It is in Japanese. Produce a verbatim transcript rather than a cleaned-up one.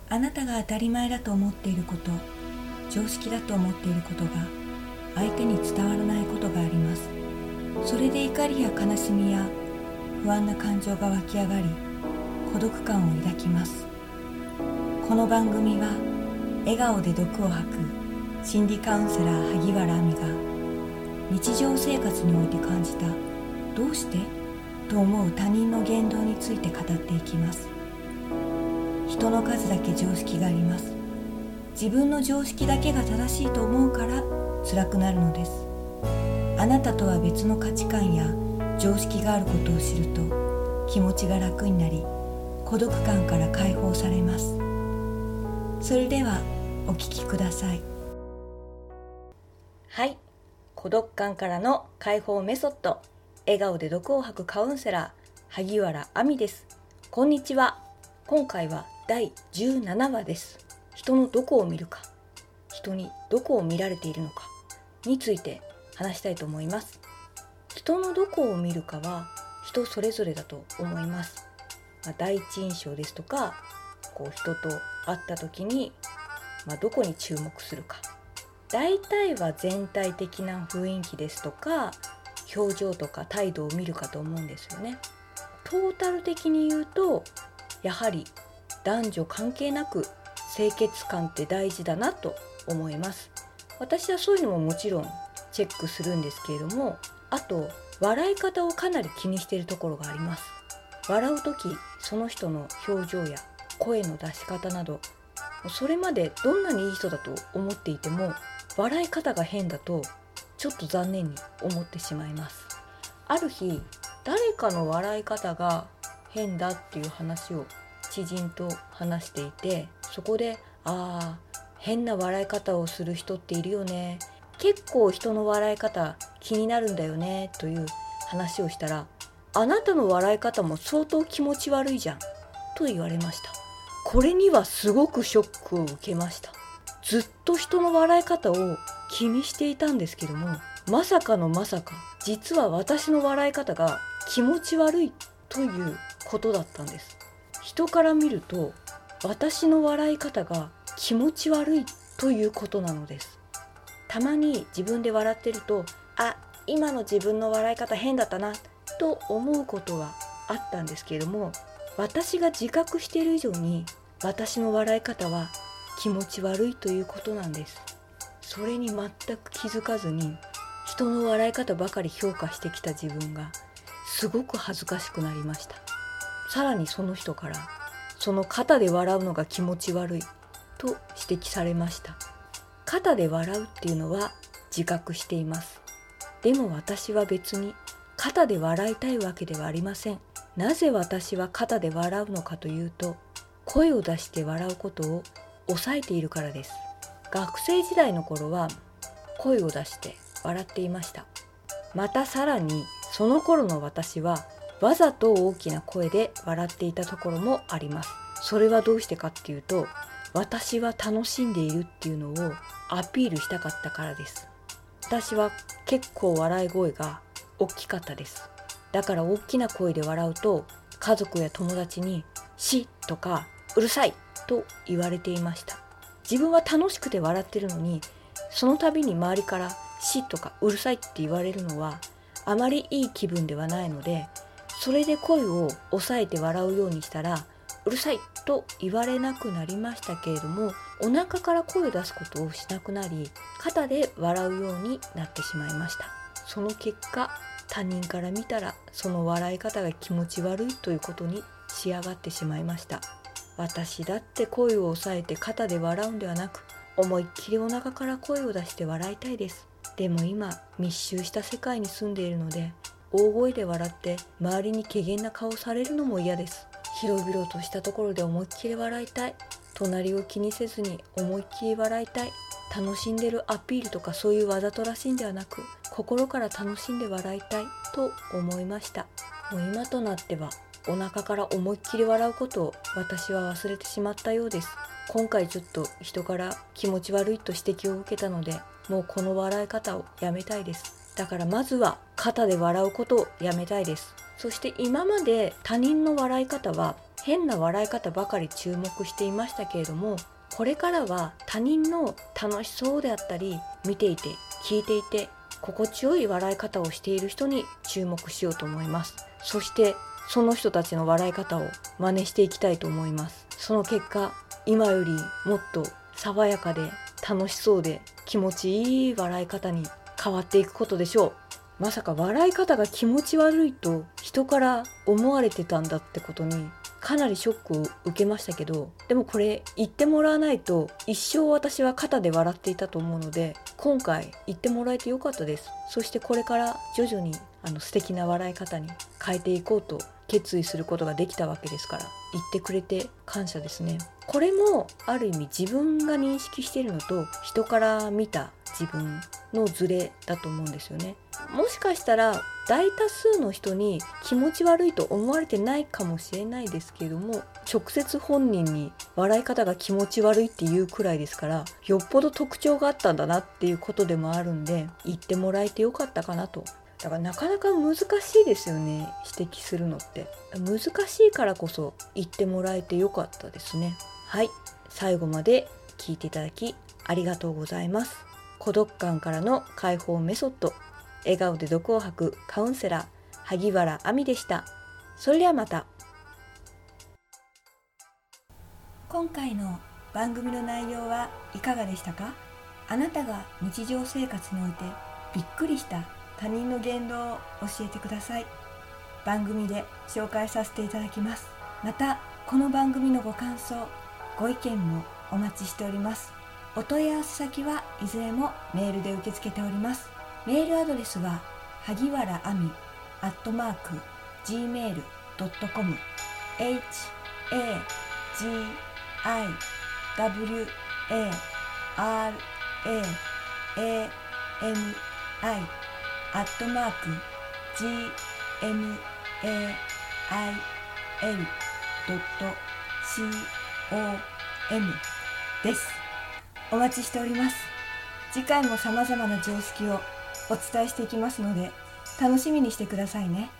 あなたが当たり前だと思っていること、常識だと思っていることが相手に伝わらないことがあります。それで怒りや悲しみや不安な感情が湧き上がり、孤独感を抱きます。この番組は笑顔で毒を吐く心理カウンセラー萩原亜美が日常生活において感じたどうしてと思う他人の言動について語っていきます。人の数だけ常識があります。自分の常識だけが正しいと思うから辛くなるのです。あなたとは別の価値観や常識があることを知ると気持ちが楽になり、孤独感から解放されます。それではお聞きください。 はい、孤独感からの解放メソッド、笑顔で毒を吐くカウンセラー萩原亜美です。こんにちは。今回はだいじゅうななわです。人のどこを見るか、人にどこを見られているのかについて話したいと思います。人のどこを見るかは人それぞれだと思います。まあ、第一印象ですとか、こう人と会った時に、まあ、どこに注目するか、大体は全体的な雰囲気ですとか表情とか態度を見るかと思うんですよね。トータル的に言うと、やはり男女関係なく清潔感って大事だなと思います。私はそういうのももちろんチェックするんですけれども、あと笑い方をかなり気にしているところがあります。笑うとき、その人の表情や声の出し方など、それまでどんなにいい人だと思っていても笑い方が変だとちょっと残念に思ってしまいます。ある日、誰かの笑い方が変だっていう話を知人と話していて、そこでああ変な笑い方をする人っているよね、結構人の笑い方気になるんだよねという話をしたら、あなたの笑い方も相当気持ち悪いじゃんと言われました。これにはすごくショックを受けました。ずっと人の笑い方を気にしていたんですけども、まさかのまさか実は私の笑い方が気持ち悪いということだったんです。人から見ると私の笑い方が気持ち悪いということなのです。たまに自分で笑ってると、あ、今の自分の笑い方変だったなと思うことはあったんですけれども、私が自覚している以上に私の笑い方は気持ち悪いということなんです。それに全く気づかずに人の笑い方ばかり評価してきた自分がすごく恥ずかしくなりました。さらにその人から、その肩で笑うのが気持ち悪いと指摘されました。肩で笑うっていうのは自覚しています。でも私は別に肩で笑いたいわけではありません。なぜ私は肩で笑うのかというと、声を出して笑うことを抑えているからです。学生時代の頃は声を出して笑っていました。またさらにその頃の私はわざと大きな声で笑っていたところもあります。それはどうしてかっていうと、私は楽しんでいるっていうのをアピールしたかったからです。私は結構笑い声が大きかったです。だから大きな声で笑うと家族や友達にシッとかうるさいと言われていました。自分は楽しくて笑ってるのに、その度に周りからシッとかうるさいって言われるのはあまりいい気分ではないので、それで声を抑えて笑うようにしたらうるさいと言われなくなりましたけれども、お腹から声を出すことをしなくなり、肩で笑うようになってしまいました。その結果、他人から見たらその笑い方が気持ち悪いということに仕上がってしまいました。私だって声を抑えて肩で笑うんではなく、思いっきりお腹から声を出して笑いたいです。でも今密集した世界に住んでいるので、大声で笑って周りに怪訝な顔されるのも嫌です。広々としたところで思いっきり笑いたい。隣を気にせずに思いっきり笑いたい。楽しんでるアピールとかそういうわざとらしいんではなく、心から楽しんで笑いたいと思いました。もう今となってはお腹から思いっきり笑うことを私は忘れてしまったようです。今回ちょっと人から気持ち悪いと指摘を受けたので、もうこの笑い方をやめたいです。だからまずは肩で笑うことをやめたいです。そして今まで他人の笑い方は変な笑い方ばかり注目していましたけれども、これからは他人の楽しそうであったり、見ていて聞いていて心地よい笑い方をしている人に注目しようと思います。そしてその人たちの笑い方を真似していきたいと思います。その結果、今よりもっと爽やかで楽しそうで気持ちいい笑い方に変わっていくことでしょう。まさか笑い方が気持ち悪いと人から思われてたんだってことにかなりショックを受けましたけど、でもこれ言ってもらわないと一生私は肩で笑っていたと思うので、今回言ってもらえてよかったです。そしてこれから徐々にあの素敵な笑い方に変えていこうと決意することができたわけですから、言ってくれて感謝ですね。これもある意味自分が認識しているのと人から見た自分のズレだと思うんですよね。もしかしたら大多数の人に気持ち悪いと思われてないかもしれないですけれども、直接本人に笑い方が気持ち悪いっていうくらいですから、よっぽど特徴があったんだなっていうことでもあるんで、言ってもらえてよかったかなと。だからなかなか難しいですよね、指摘するのって。難しいからこそ言ってもらえてよかったですね。はい、最後まで聞いていただきありがとうございます。孤独感からの解放メソッド、笑顔で毒を吐くカウンセラー萩原亜美でした。それではまた。 今回の番組の内容はいかがでしたか？あなたが日常生活においてびっくりした他人の言動を教えてください。番組で紹介させていただきます。またこの番組のご感想、ご意見もお待ちしております。お問い合わせ先はいずれもメールで受け付けております。メールアドレスは萩原亜美アットマーク ジーメールドットコム エイチ エー ジー アイ ダブリュー エー アール エー エー エム アイ アットマーク ジー エム エー アイ エル ドット シー オー エム です。お待ちしております。次回も様々な常識をお伝えしていきますので、楽しみにしてくださいね。